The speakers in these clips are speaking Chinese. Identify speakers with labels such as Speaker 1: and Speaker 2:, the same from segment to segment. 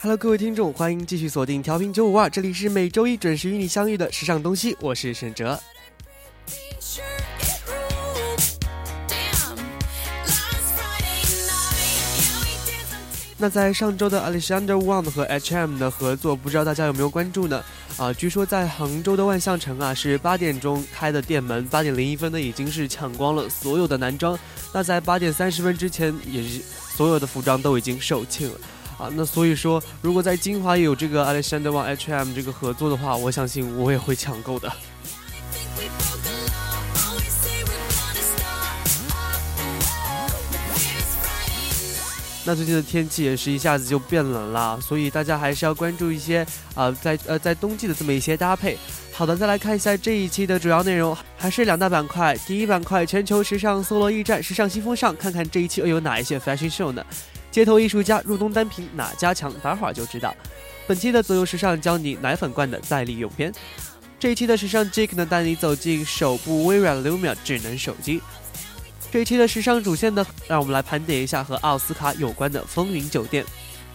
Speaker 1: Hello， 各位听众，欢迎继续锁定调频952，这里是每周一准时与你相遇的时尚东西，我是沈哲。那在上周的 Alexander Wang 和 H&M 的合作，不知道大家有没有关注呢？据说在杭州的万象城是8点钟开的店门，8点01分呢已经是抢光了所有的男装。那在8点30分之前，也是所有的服装都已经售罄了。那所以说，如果在金华也有这个 Alexander Wang H&M 这个合作的话，我相信我也会抢购的。那最近的天气也是一下子就变冷了，所以大家还是要关注一些在冬季的这么一些搭配。好的，再来看一下这一期的主要内容，还是2大板块。第一板块，全球时尚搜罗驿站，时尚新风尚，看看这一期又有哪一些 fashion show 呢？街头艺术家入冬单品哪家强？待会儿就知道。本期的左右时尚教你奶粉罐的再利用篇。这一期的时尚 Geek 呢，带你走进首部微软 Lumia 智能手机。这一期的时尚主线呢，让我们来盘点一下和奥斯卡有关的风云酒店。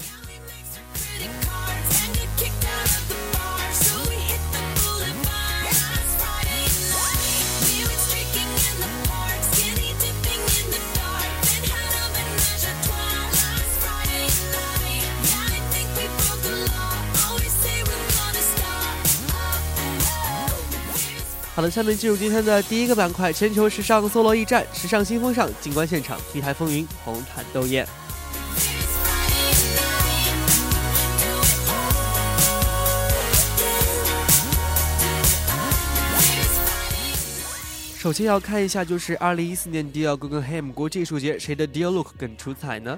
Speaker 1: 好的，下面进入今天的第一个板块，全球时尚搜罗驿站，时尚新风尚，景观现场，T台风云，红毯斗艳。首先要看一下，就是2014年Dior Guggenheim 国际艺术节，谁的 Dior look 更出彩呢？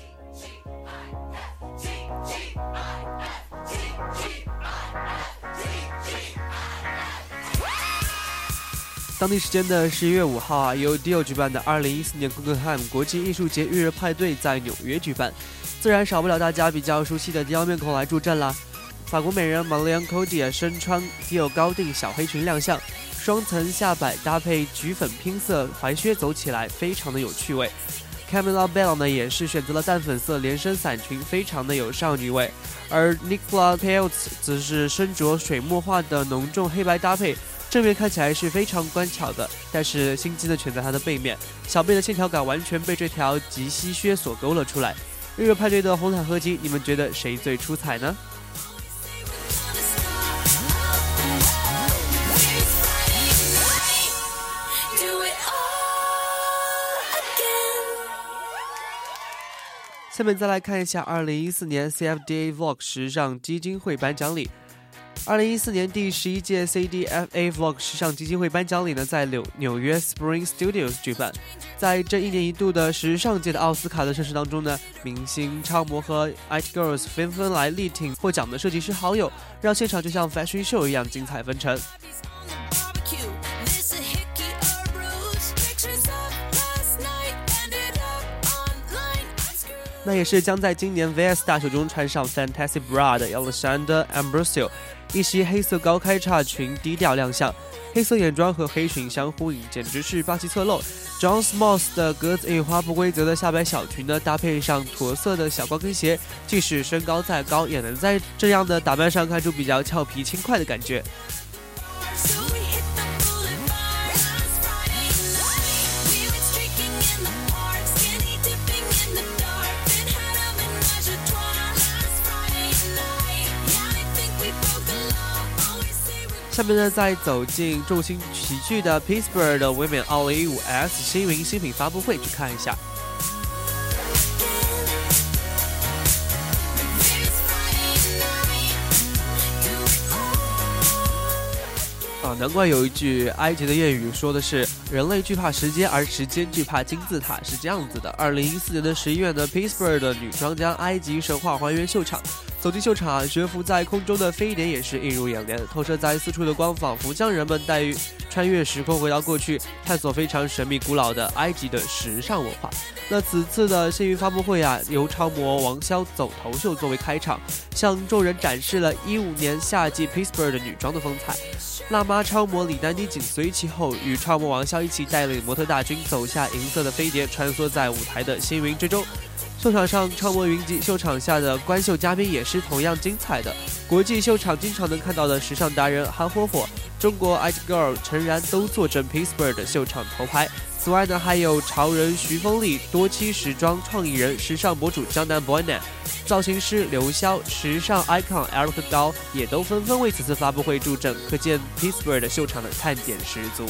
Speaker 1: 当地时间的11月5号由 Dior 举办的2014年 Guggenheim 国际艺术节预热派对在纽约举办，自然少不了大家比较熟悉的 Dior 面孔来助阵啦。法国美人 Marion Cotillard 身穿 Dior 高定小黑裙亮相，双层下摆搭配橘粉拼色踝靴，走起来非常的有趣味。Camilla Bell 呢也是选择了淡粉色连身伞裙，非常的有少女味。而 Nicolas Peltz 则是身着水墨画的浓重黑白搭配。正面看起来是非常乖巧的，但是心机呢全在它的背面，小背的线条感完全被这条及膝靴所勾勒出来。预热派对的红毯合集，你们觉得谁最出彩呢？下面再来看一下2014年 CFDA Vogue 时尚基金会颁奖礼。2014年第11届 CDFA Vogue 时尚基金会颁奖礼呢，在纽约 Spring Studios 举办。在这1年1度的时尚界的奥斯卡的盛世当中呢，明星超模和 IT Girls 纷纷来力挺获奖的设计师好友，让现场就像 fashion show 一样精彩纷呈。那也是将在今年 VS 大秀中穿上 Fantasy Bra 的 Alessandra Ambrosio， 一袭黑色高开叉裙低调亮相，黑色眼妆和黑裙相呼应，简直是霸气侧漏。John Smalls 的格子印花不规则的下摆小裙呢，搭配上驼色的小高跟鞋，即使身高再高，也能在这样的打扮上看出比较俏皮轻快的感觉。下面呢，再走进众星齐聚的 Pittsburgh 的 Women 2015S 新云新品发布会去看一下。难怪有一句埃及的谚语说的是人类惧怕时间，而时间惧怕金字塔，是这样子的。2014年的11月呢 Pittsburgh 的女装将埃及神话还原秀场。走进秀场悬浮在空中的飞碟也是映入眼帘，投射在四处的光仿佛将人们带于穿越时空回到过去，探索非常神秘古老的埃及的时尚文化。那此次的新云发布会由超模王骁走头秀作为开场，向众人展示了15年夏季 Pittsburgh 的女装的风采。辣妈超模李丹妮紧随其后，与超模王骁一起带领模特大军走下银色的飞碟，穿梭在舞台的星云之中。 秀场上超模云集，秀场下的观秀嘉宾也是同样精彩的。国际秀场经常能看到的时尚达人韩火火、中国 IT Girl 陈然都坐镇 Pittsburgh 的秀场头牌。此外呢，还有潮人徐丰丽、多期时装创意人、时尚博主江南 Boyna、造型师刘潇、时尚 icon Eric 高也都纷纷为此次发布会助阵，可见 Pittsburgh 的秀场的看点十足。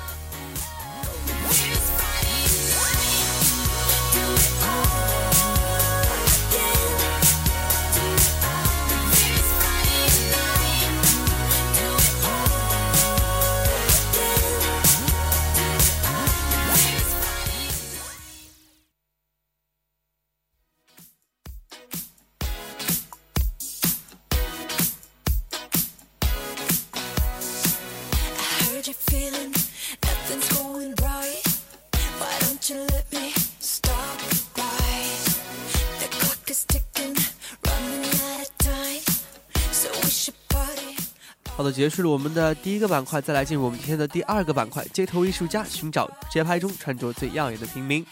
Speaker 1: 好的，结束了我们的第一个板块，再来进入我们今天的第二个板块——街头艺术家寻找街拍中穿着最耀眼的平民。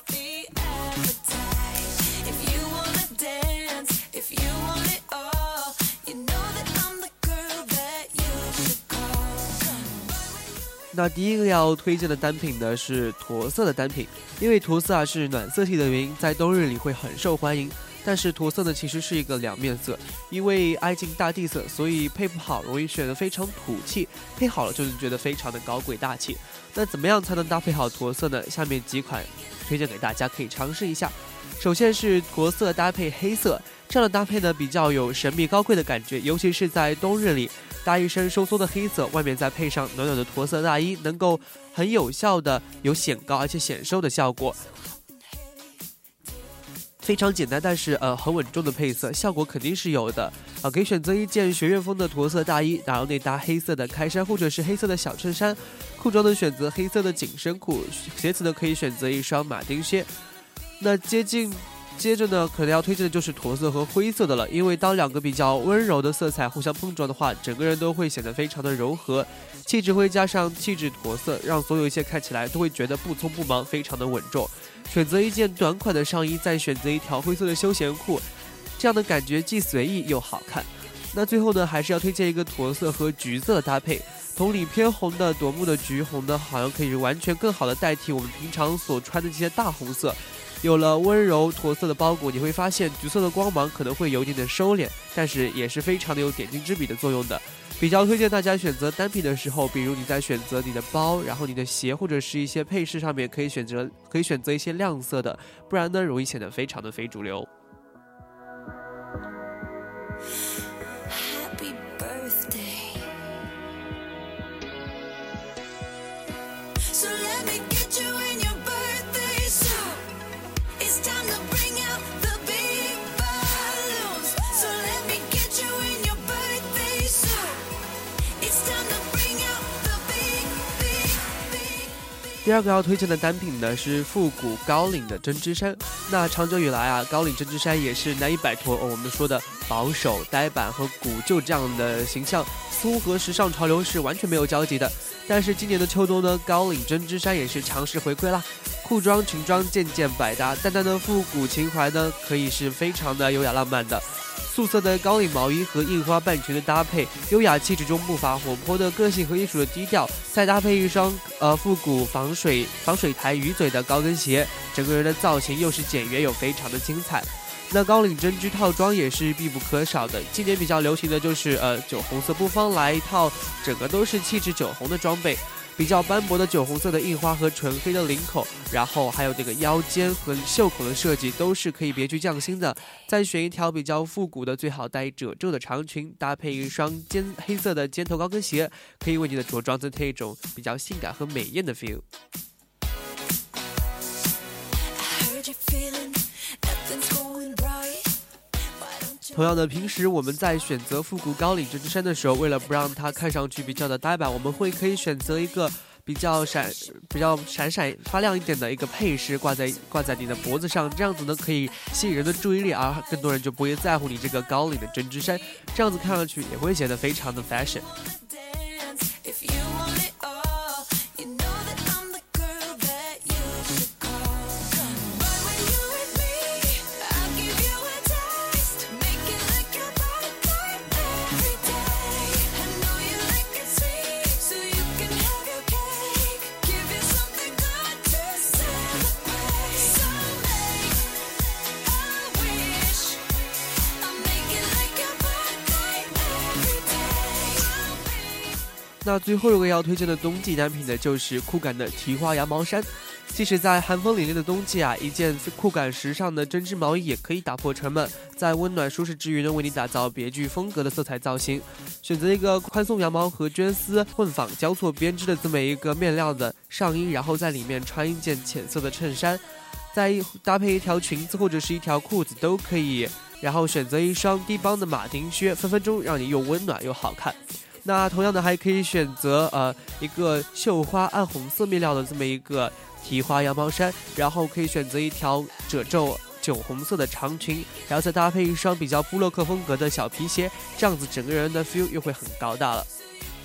Speaker 1: 那第一个要推荐的单品呢是驼色的单品，因为驼色是暖色系的原因，在冬日里会很受欢迎。但是驼色呢其实是一个两面色，因为挨近大地色，所以配不好容易显得非常土气，配好了就能觉得非常的高贵大气。那怎么样才能搭配好驼色呢？下面几款推荐给大家可以尝试一下。首先是驼色搭配黑色，这样的搭配呢比较有神秘高贵的感觉，尤其是在冬日里，搭一身收缩的黑色，外面再配上暖暖的驼色大衣，能够很有效的有显高而且显瘦的效果。非常简单，但是很稳重的配色，效果肯定是有的。可以选择一件学院风的驼色大衣，然后内搭黑色的开衫或者是黑色的小衬衫，裤装呢选择黑色的紧身裤，鞋子呢可以选择一双马丁靴。那接着呢，可能要推荐的就是驼色和灰色的了，因为当两个比较温柔的色彩互相碰撞的话，整个人都会显得非常的柔和，气质灰加上气质驼色，让所有一切看起来都会觉得不匆不忙，非常的稳重。选择一件短款的上衣，再选择一条灰色的休闲裤，这样的感觉既随意又好看。那最后呢，还是要推荐一个驼色和橘色的搭配，同里偏红的夺目的橘红呢，好像可以完全更好的代替我们平常所穿的这些大红色。有了温柔驼色的包裹，你会发现橘色的光芒可能会有一点的收敛，但是也是非常的有点睛之笔的作用的。比较推荐大家选择单品的时候，比如你在选择你的包，然后你的鞋或者是一些配饰上面可以选择一些亮色的，不然呢容易显得非常的非主流。第二个要推荐的单品呢是复古高领的针织衫。那长久以来高领针织衫也是难以摆脱我们说的保守、呆板和古旧这样的形象，似乎和时尚潮流是完全没有交集的。但是今年的秋冬呢，高领针织衫也是强势回归啦，裤装、裙装件件百搭，淡淡的复古情怀呢，可以是非常的优雅浪漫的。素色的高领毛衣和印花半裙的搭配，优雅气质中不乏活泼的个性和艺术的低调，再搭配一双复古防水台鱼嘴的高跟鞋，整个人的造型又是简约又非常的精彩。那高领针织套装也是必不可少的，今年比较流行的就是酒红色布方来一套，整个都是气质酒红的装备。比较斑驳的酒红色的印花和纯黑的领口，然后还有这个腰间和袖口的设计都是可以别具匠心的。再选一条比较复古的，最好带褶皱的长裙，搭配一双黑色的尖头高跟鞋，可以为你的着装增添一种比较性感和美艳的 feel。同样的，平时我们在选择复古高领针织衫的时候，为了不让它看上去比较的呆板，我们可以选择一个比较闪发亮一点的一个配饰挂在你的脖子上，这样子呢可以吸引人的注意力，而更多人就不会在乎你这个高领的针织衫，这样子看上去也会显得非常的 fashion。 那最后一个要推荐的冬季单品呢，就是酷感的提花羊毛衫。即使在寒风凛冽的冬季啊，一件酷感时尚的针织毛衣也可以打破沉闷，在温暖舒适之余呢，为你打造别具风格的色彩造型。选择一个宽松羊毛和绢丝混纺交错编织的这么一个面料的上衣，然后在里面穿一件浅色的衬衫，再搭配一条裙子或者是一条裤子都可以，然后选择一双低帮的马丁靴，分分钟让你又温暖又好看。那同样的还可以选择一个绣花暗红色面料的这么一个提花羊毛衫，然后可以选择一条褶皱酒红色的长裙，然后再搭配一双比较布洛克风格的小皮鞋，这样子整个人的 feel 又会很高大了。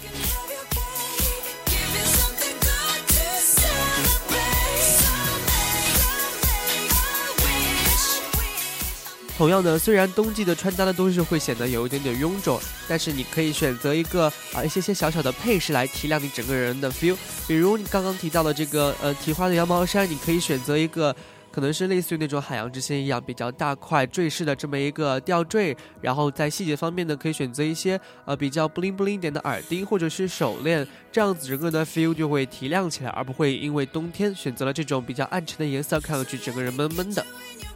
Speaker 1: 同样的，虽然冬季的穿搭呢都是会显得有一点点臃肿，但是你可以选择一个一些小小的配饰来提亮你整个人的 feel。比如你刚刚提到的这个提花的羊毛衫，你可以选择一个可能是类似于那种海洋之心一样比较大块坠饰的这么一个吊坠，然后在细节方面呢，可以选择一些比较 bling bling 点的耳钉或者是手链，这样子整个的 feel 就会提亮起来，而不会因为冬天选择了这种比较暗沉的颜色，看上去整个人闷闷的。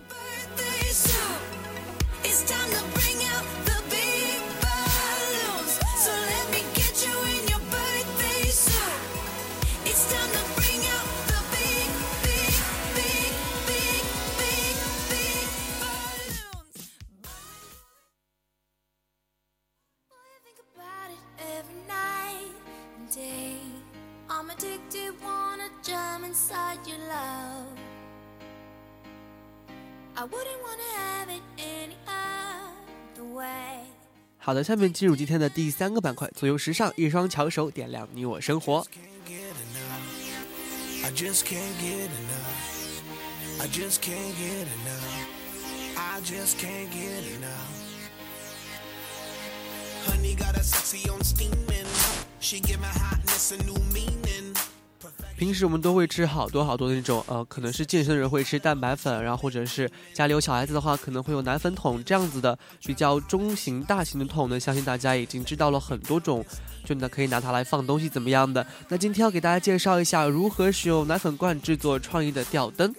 Speaker 1: 好的，下面进入今天的第3个板块，左右时尚，一双巧手点亮你我生活。平时我们都会吃好多那种可能是健身人会吃蛋白粉，然后或者是家里有小孩子的话可能会有奶粉桶，这样子的比较中型大型的桶呢，相信大家已经知道了很多种，就呢可以拿它来放东西怎么样的。那今天要给大家介绍一下如何使用奶粉罐制作创意的吊灯。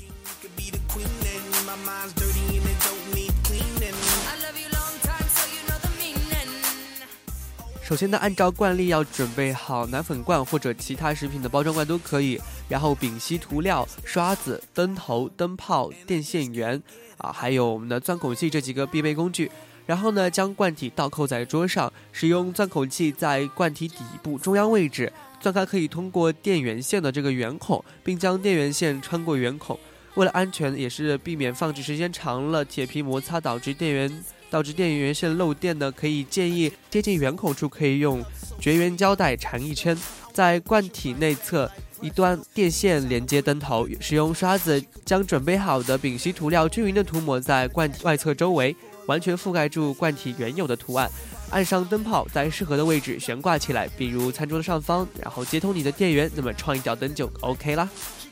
Speaker 1: 首先呢，按照惯例要准备好奶粉罐或者其他食品的包装罐都可以，然后丙烯涂料、刷子、灯头、灯泡、电线源还有我们的钻孔器这几个必备工具。然后呢，将罐体倒扣在桌上，使用钻孔器在罐体底部中央位置钻开可以通过电源线的这个圆孔，并将电源线穿过圆孔。为了安全，也是避免放置时间长了铁皮摩擦导致电源线漏电呢，可以建议接近圆孔处可以用绝缘胶带缠一圈，在罐体内侧一端电线连接灯头，使用刷子将准备好的丙烯涂料均匀的涂抹在罐体外侧周围，完全覆盖住罐体原有的图案。按上灯泡，在适合的位置悬挂起来，比如餐桌的上方，然后接通你的电源，那么创意吊灯就 OK 啦。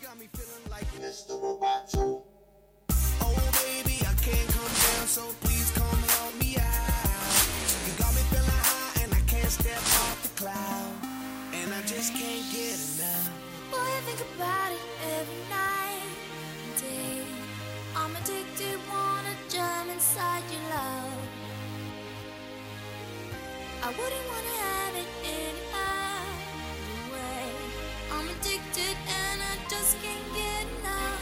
Speaker 2: I wouldn't wanna have it any other way. I'm addicted and I just can't get enough.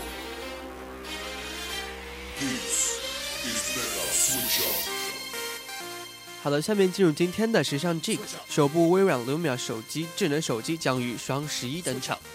Speaker 3: This is Mega Switch Up.
Speaker 1: 好的，下面进入今天的时尚 Geek， 首部微软 Lumia 智能手机将于双11登场。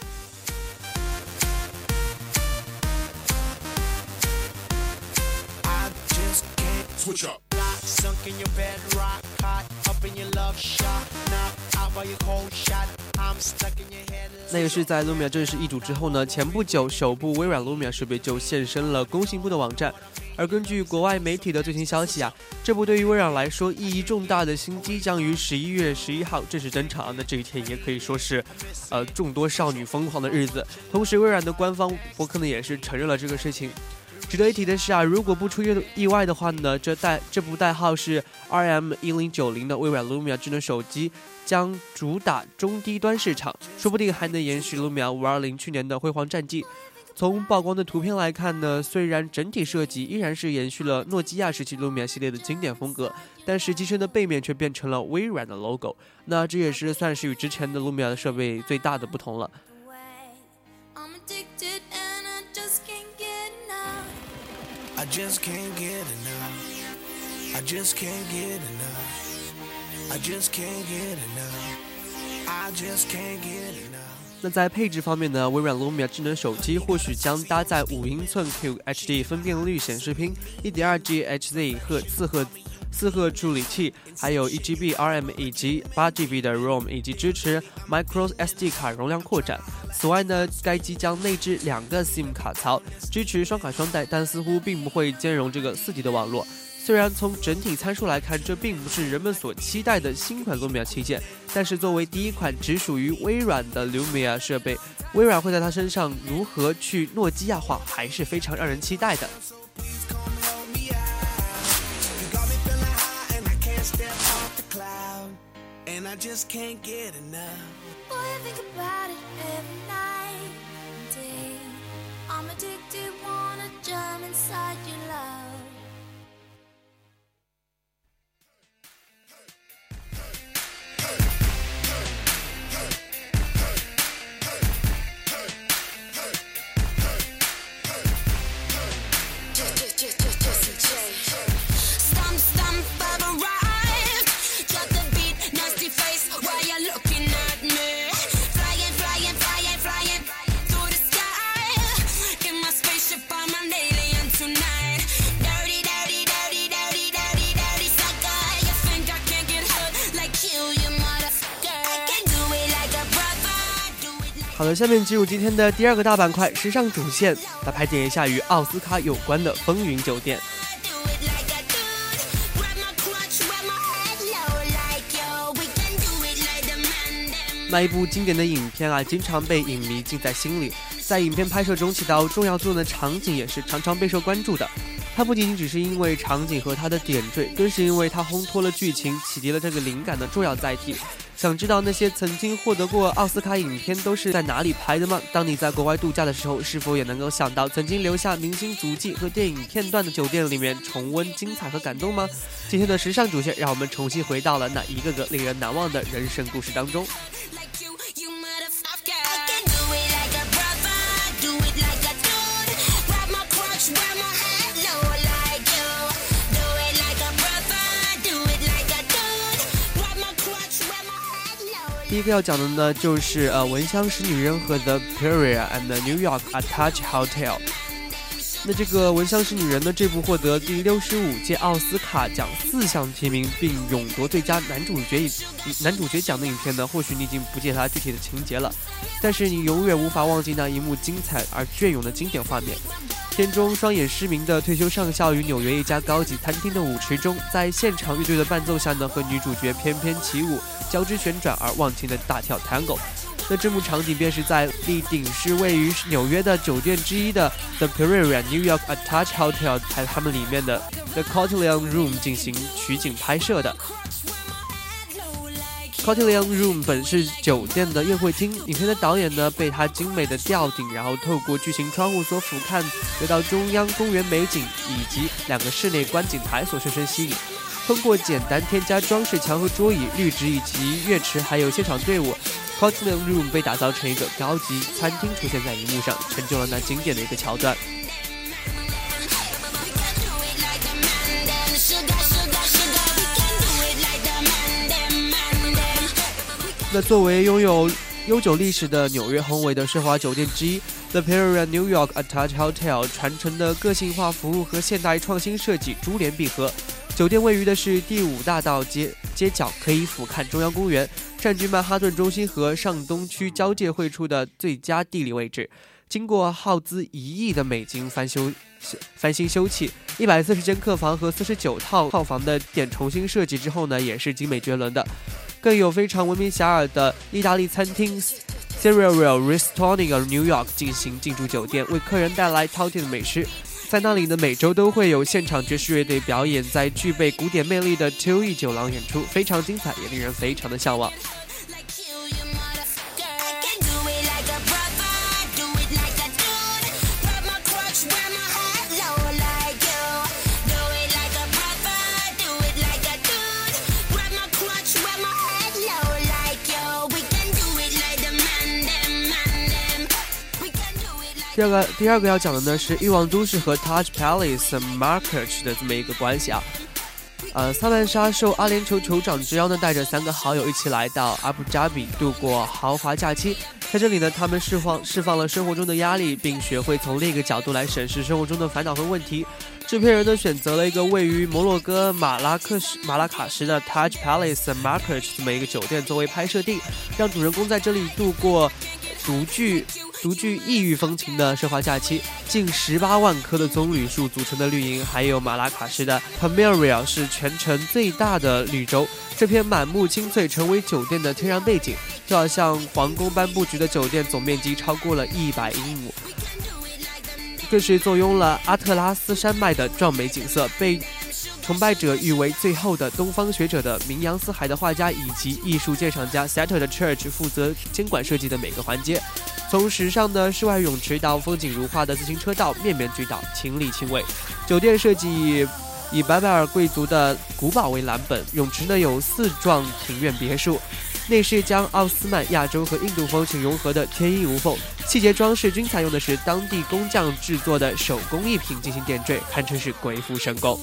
Speaker 3: Switch up.
Speaker 4: Sunk in your bed, rock hot, up in your love shot, knock out by your cold shot, I'm stuck in your head.
Speaker 1: 那个是在 Lumia 正式易主之后呢，前不久首部微软 Lumia 设备就现身了工信部的网站。而根据国外媒体的最新消息这部对于微软来说意义重大的新机将于11月11号正式登场。那这一天也可以说是众多少女疯狂的日子。同时微软的官方博客呢也是承认了这个事情。 值得一提的是啊，如果不出意外的话呢，这部代号是 RM1090 的微软 Lumia 智能手机将主打中低端市场，说不定还能延续 Lumia 520去年的辉煌战绩。从曝光的图片来看呢，虽然整体设计依然是延续了诺基亚时期 Lumia 系列的经典风格，但是机身的背面却变成了微软的 logo， 那这也是算是与之前的 Lumia 的设备最大的不同了。
Speaker 2: I'm addicted and I just can't get enough.
Speaker 4: I just can't get enough. I just can't get enough. I just can't get enough. I just can't get enough.
Speaker 1: 那在配置方面呢，微软 Lumia 智能手机或许将搭载5英寸 QHD 分辨率显示屏、1.2G Hz 四核处理器，还有 1GB RAM 以及 8GB 的 ROM， 以及支持 micro SD 卡容量扩展。此外呢，该机将内置2个 SIM 卡槽，支持双卡双待，但似乎并不会兼容这个4G 的网络。虽然从整体参数来看，这并不是人们所期待的新款 Lumia 旗舰，但是作为第一款只属于微软的 Lumia 设备，微软会在它身上如何去诺基亚化，还是非常让人期待的。
Speaker 4: And I just can't get enough.
Speaker 2: Boy, I think about it every night and day. I'm addicted, wanna jump inside your love. Stump, stump, I've arrived. Drop the beat, nasty face. Why you looking at me? Flying, flying, flying, flying through the sky. In my spaceship, I'm an alien tonight. Dirty, dirty, dirty, dirty, dirty, dirty sucker. You think I can't get hurt like you motherfucker. I can do it like a brother. Do it like
Speaker 1: 好的，下面进入今天的第2个大板块——时尚主线，来盘点一下与奥斯卡有关的风云酒店。
Speaker 2: do it like a dude. Grab my crotch, wear my head low like yo. We can do it like the man them.
Speaker 1: 那一部经典的影片啊，经常被影迷记在心里，在影片拍摄中起到重要作用的场景也是常常备受关注的。它不仅仅只是因为场景和它的点缀，更是因为它烘托了剧情、启迪了这个灵感的重要载体。想知道那些曾经获得过奥斯卡影片都是在哪里拍的吗？当你在国外度假的时候，是否也能够想到曾经留下明星足迹和电影片段的酒店里面重温精彩和感动吗？今天的时尚主线，让我们重新回到了那一个个令人难忘的人生故事当中。
Speaker 2: Like you motherfucker. I can do it like a brother. Do it like a dude. Grab my crotch, wear my head low like you. Do it like a brother. Do it like a dude. Grab my crotch, wear my head low.
Speaker 1: 第一个要讲的呢，就是闻香识女人和 The Pereira and the New York Attach Hotel。那这个闻香识女人呢，这部获得第65届奥斯卡奖4项提名，并勇夺最佳男主角奖的影片呢，或许你已经不记得它具体的情节了，但是你永远无法忘记那一幕精彩而隽永的经典画面。片中双眼失明的退休上校于纽约一家高级餐厅的舞池中，在现场乐队的伴奏下呢，和女主角翩翩起舞，交织旋转而忘情的大跳 Tango。那这幕场景便是在立顶是位于纽约的酒店之一的 The Pereira New York Attach Hotel 在他们里面的 The Cotillion Room 进行取景拍摄的。Cotillion Room 本是酒店的宴会厅，影片的导演呢被它精美的吊顶，然后透过巨型窗户所俯瞰得到中央公园美景以及2个室内观景台所深深吸引。通过简单添加装饰墙和桌椅、绿植以及乐池，还有现场队伍，Cotillion Room 被打造成一个高级餐厅出现在荧幕上，成就了那经典的一个桥段。那作为拥有悠久历史的纽约宏伟的奢华酒店之一 ，The Pereira New York Attach Hotel 传承的个性化服务和现代创新设计珠联璧合。酒店位于的是第5大道街角，可以俯瞰中央公园，占据曼哈顿中心和上东区交界汇处的最佳地理位置。经过耗资1亿的美金翻新修葺，140间客房和49套房的店重新设计之后呢，也是精美绝伦的。更有非常闻名遐迩的意大利餐厅 Cereal Restaurant New York 进驻酒店，为客人带来饕餮的美食。 在那里呢，每周都会有现场爵士乐队表演，在具备古典魅力的 2E 酒廊演出，非常精彩，也令人非常的向往。第二个要讲的呢是欲望都市和 Taj Palace Marrakech 的这么一个关系啊。萨曼莎受阿联酋酋长之邀呢，带着3个好友一起来到阿布扎比度过豪华假期。在这里呢，他们释放了生活中的压力，并学会从另一个角度来审视生活中的烦恼和问题。制片人呢选择了一个位于摩洛哥马拉卡什的 Taj Palace Marrakech 这么一个酒店作为拍摄地，让主人公在这里度过独具异域风情的奢华假期。近18万棵的棕榈树组成的绿荫，还有马拉卡什的 Palmyra 是全城最大的绿洲。这片满目青翠成为酒店的天然背景，就好像皇宫般布局的酒店总面积超过了100英亩，更是坐拥了阿特拉斯山脉的壮美景色，被崇拜者誉为最后的东方学者的名扬四海的画家以及艺术鉴赏家 Setter 的 Church 负责监管设计的每个环节，从时尚的室外泳池到风景如画的自行车道，面面俱到，亲力亲为。酒店设计以白拜尔贵族的古堡为蓝本，泳池呢有4幢庭院别墅，内饰将奥斯曼、亚洲和印度风情融合的天衣无缝，细节装饰均采用的是当地工匠制作的手工艺品进行点缀，堪称是鬼斧神工。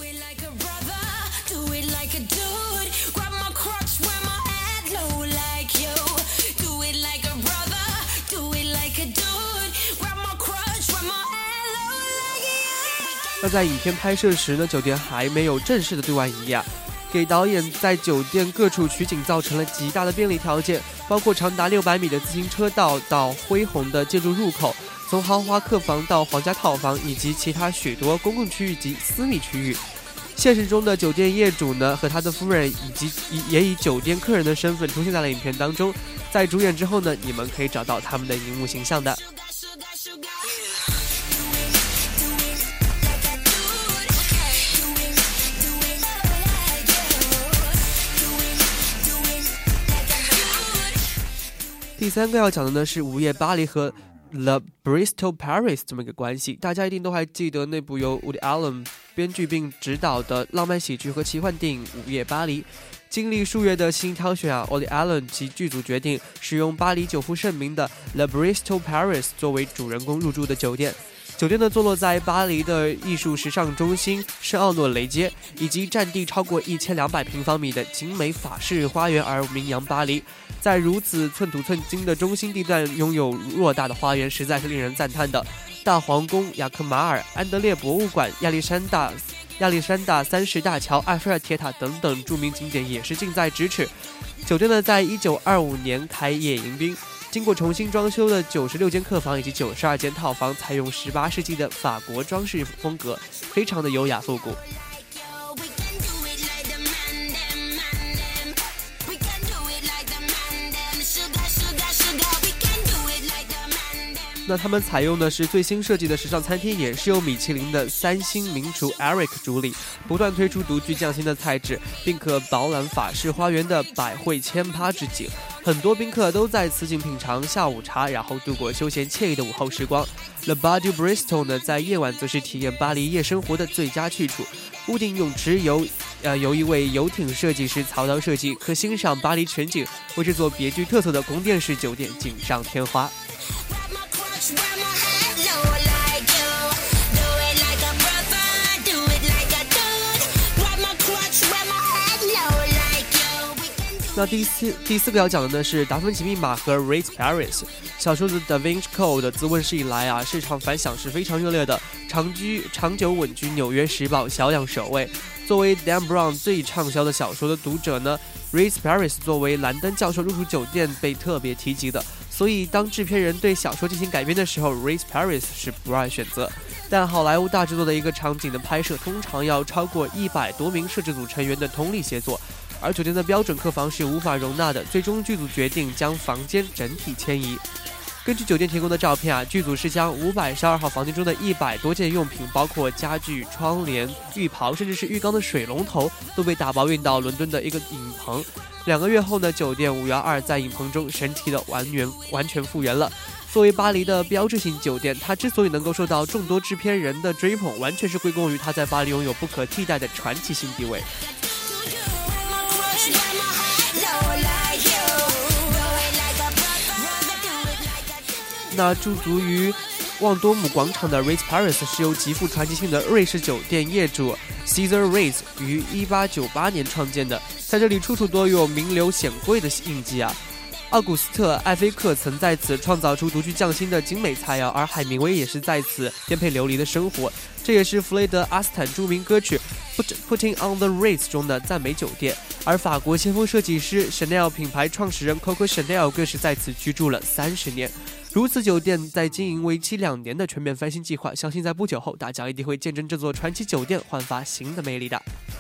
Speaker 1: 那在影片拍摄时呢，酒店还没有正式的对外营业，给导演在酒店各处取景造成了极大的便利条件，包括长达600米的自行车道到恢宏的建筑入口，从豪华客房到皇家套房，以及其他许多公共区域及私密区域。现实中的酒店业主呢和他的夫人也以酒店客人的身份出现在了影片当中，在主演之后呢，你们可以找到他们的荧幕形象的。第3个要讲的呢是午夜巴黎和 The Bristol Paris 这么一个关系。大家一定都还记得那部由 Woody Allen 编剧并执导的浪漫喜剧和奇幻电影《午夜巴黎》。经历数月的细心挑选啊， Woody Allen 及剧组决定使用巴黎久负盛名的 The Bristol Paris 作为主人公入住的酒店。酒店呢坐落在巴黎的艺术时尚中心圣奥诺雷街，以及占地超过1200平方米的精美法式花园而名扬巴黎。在如此寸土寸金的中心地段拥有偌大的花园，实在是令人赞叹的。大皇宫、雅克马尔、安德烈博物馆、亚历山大30大桥、埃菲尔铁塔等等著名景点也是近在咫尺。酒店呢在1925年开业迎宾，经过重新装修的96间客房以及92间套房，采用18世纪的法国装饰风格，非常的优雅复古。那他们采用的是最新设计的时尚餐厅，也是由米其林的3星名厨 Eric 主理，不断推出独具匠心的菜质，并可饱览法式花园的百卉千趴之景。很多宾客都在此景品尝下午茶，然后度过休闲惬意的午后时光。The Body Bristol 呢，在夜晚则是体验巴黎夜生活的最佳去处。屋顶泳池由一位游艇设计师操刀设计，可欣赏巴黎全景，为这座别具特色的宫殿式酒店锦上添花。那第四个要讲的呢是达芬奇密码和 Race Paris。小说子 Da Vinci Code 自问世以来啊，市场反响是非常热烈的，长久稳居纽约时报销量首位。作为 Dan Brown 最畅销的小说的读者呢， Race Paris 作为兰登教授入住酒店被特别提及的，所以当制片人对小说进行改编的时候， Race Paris 是不二选择。但好莱坞大制作的一个场景的拍摄通常要超过100多名摄制组成员的通力协作，而酒店的标准客房是无法容纳的，最终剧组决定将房间整体迁移。 根据酒店提供的照片啊，剧组是将512号房间中的100多件用品，包括家具、窗帘、浴袍，甚至是浴缸的水龙头，都被打包运到伦敦的一个影棚。2个月后呢，酒店512在影棚中神奇的完全复原了。作为巴黎的标志性酒店，它之所以能够受到众多制片人的追捧，完全是归功于它在巴黎拥有不可替代的传奇性地位。那驻足于旺多姆广场的 Ritz Paris 是由极富传奇性的瑞士酒店业主 Caesar Ritz 于1898年创建的，在这里处处都有名流显贵的印记啊。奥古斯特·艾菲克曾在此创造出独具匠心的精美菜肴，而海明威也是在此颠沛流离的生活。这也是弗雷德·阿斯坦著名歌曲 Putting on the Ritz 中的赞美酒店。而法国先锋设计师 Chanel 品牌创始人 Coco Chanel 更是在此居住了30年。如此酒店在经营为期2年的全面翻新计划，相信在不久后大家一定会见证这座传奇酒店焕发新的魅力的。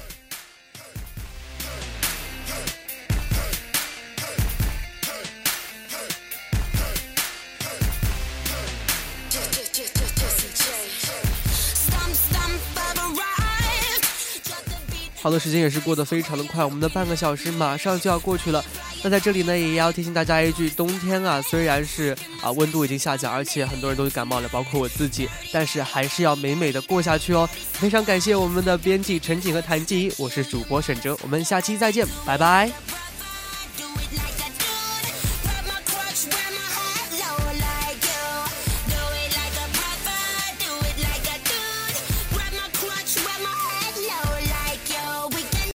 Speaker 1: 好的，时间也是过得非常的快，我们的半个小时马上就要过去了。那在这里呢，也要提醒大家一句，冬天啊，虽然是温度已经下降，而且很多人都感冒了，包括我自己，但是还是要美美的过下去哦。非常感谢我们的编辑陈景和谭继一，我是主播沈哲，我们下期再见，拜拜。